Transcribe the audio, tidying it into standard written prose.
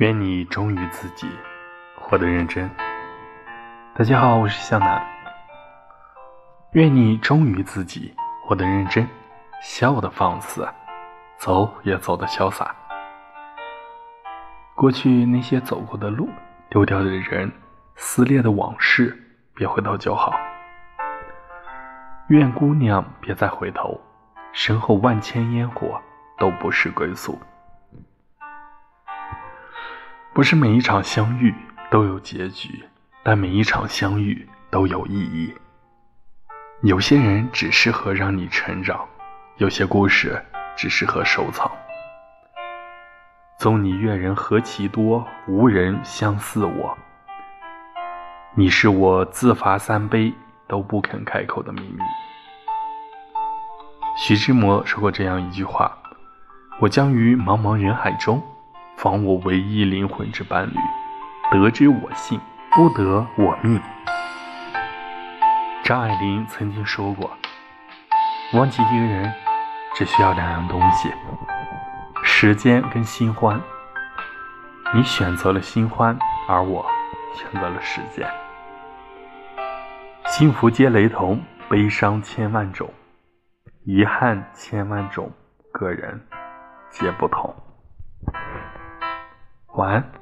愿你忠于自己，活得认真。大家好，我是向南。愿你忠于自己，活得认真，笑得放肆，走也走得潇洒。过去那些走过的路，丢掉的人，撕裂的往事，别回头就好。愿姑娘别再回头，身后万千烟火都不是归宿。不是每一场相遇都有结局，但每一场相遇都有意义。有些人只适合让你成长，有些故事只适合收藏。纵你阅人何其多，无人相似我。你是我自罚3杯都不肯开口的秘密。徐志摩说过这样一句话：我将于茫茫人海中访我唯一灵魂之伴侣，得之我幸，不得我命。张爱玲曾经说过，忘记一个人只需要2样东西，时间跟新欢。你选择了新欢，而我选择了时间。幸福皆雷同，悲伤千万种，遗憾千万种，个人皆不同。晚安。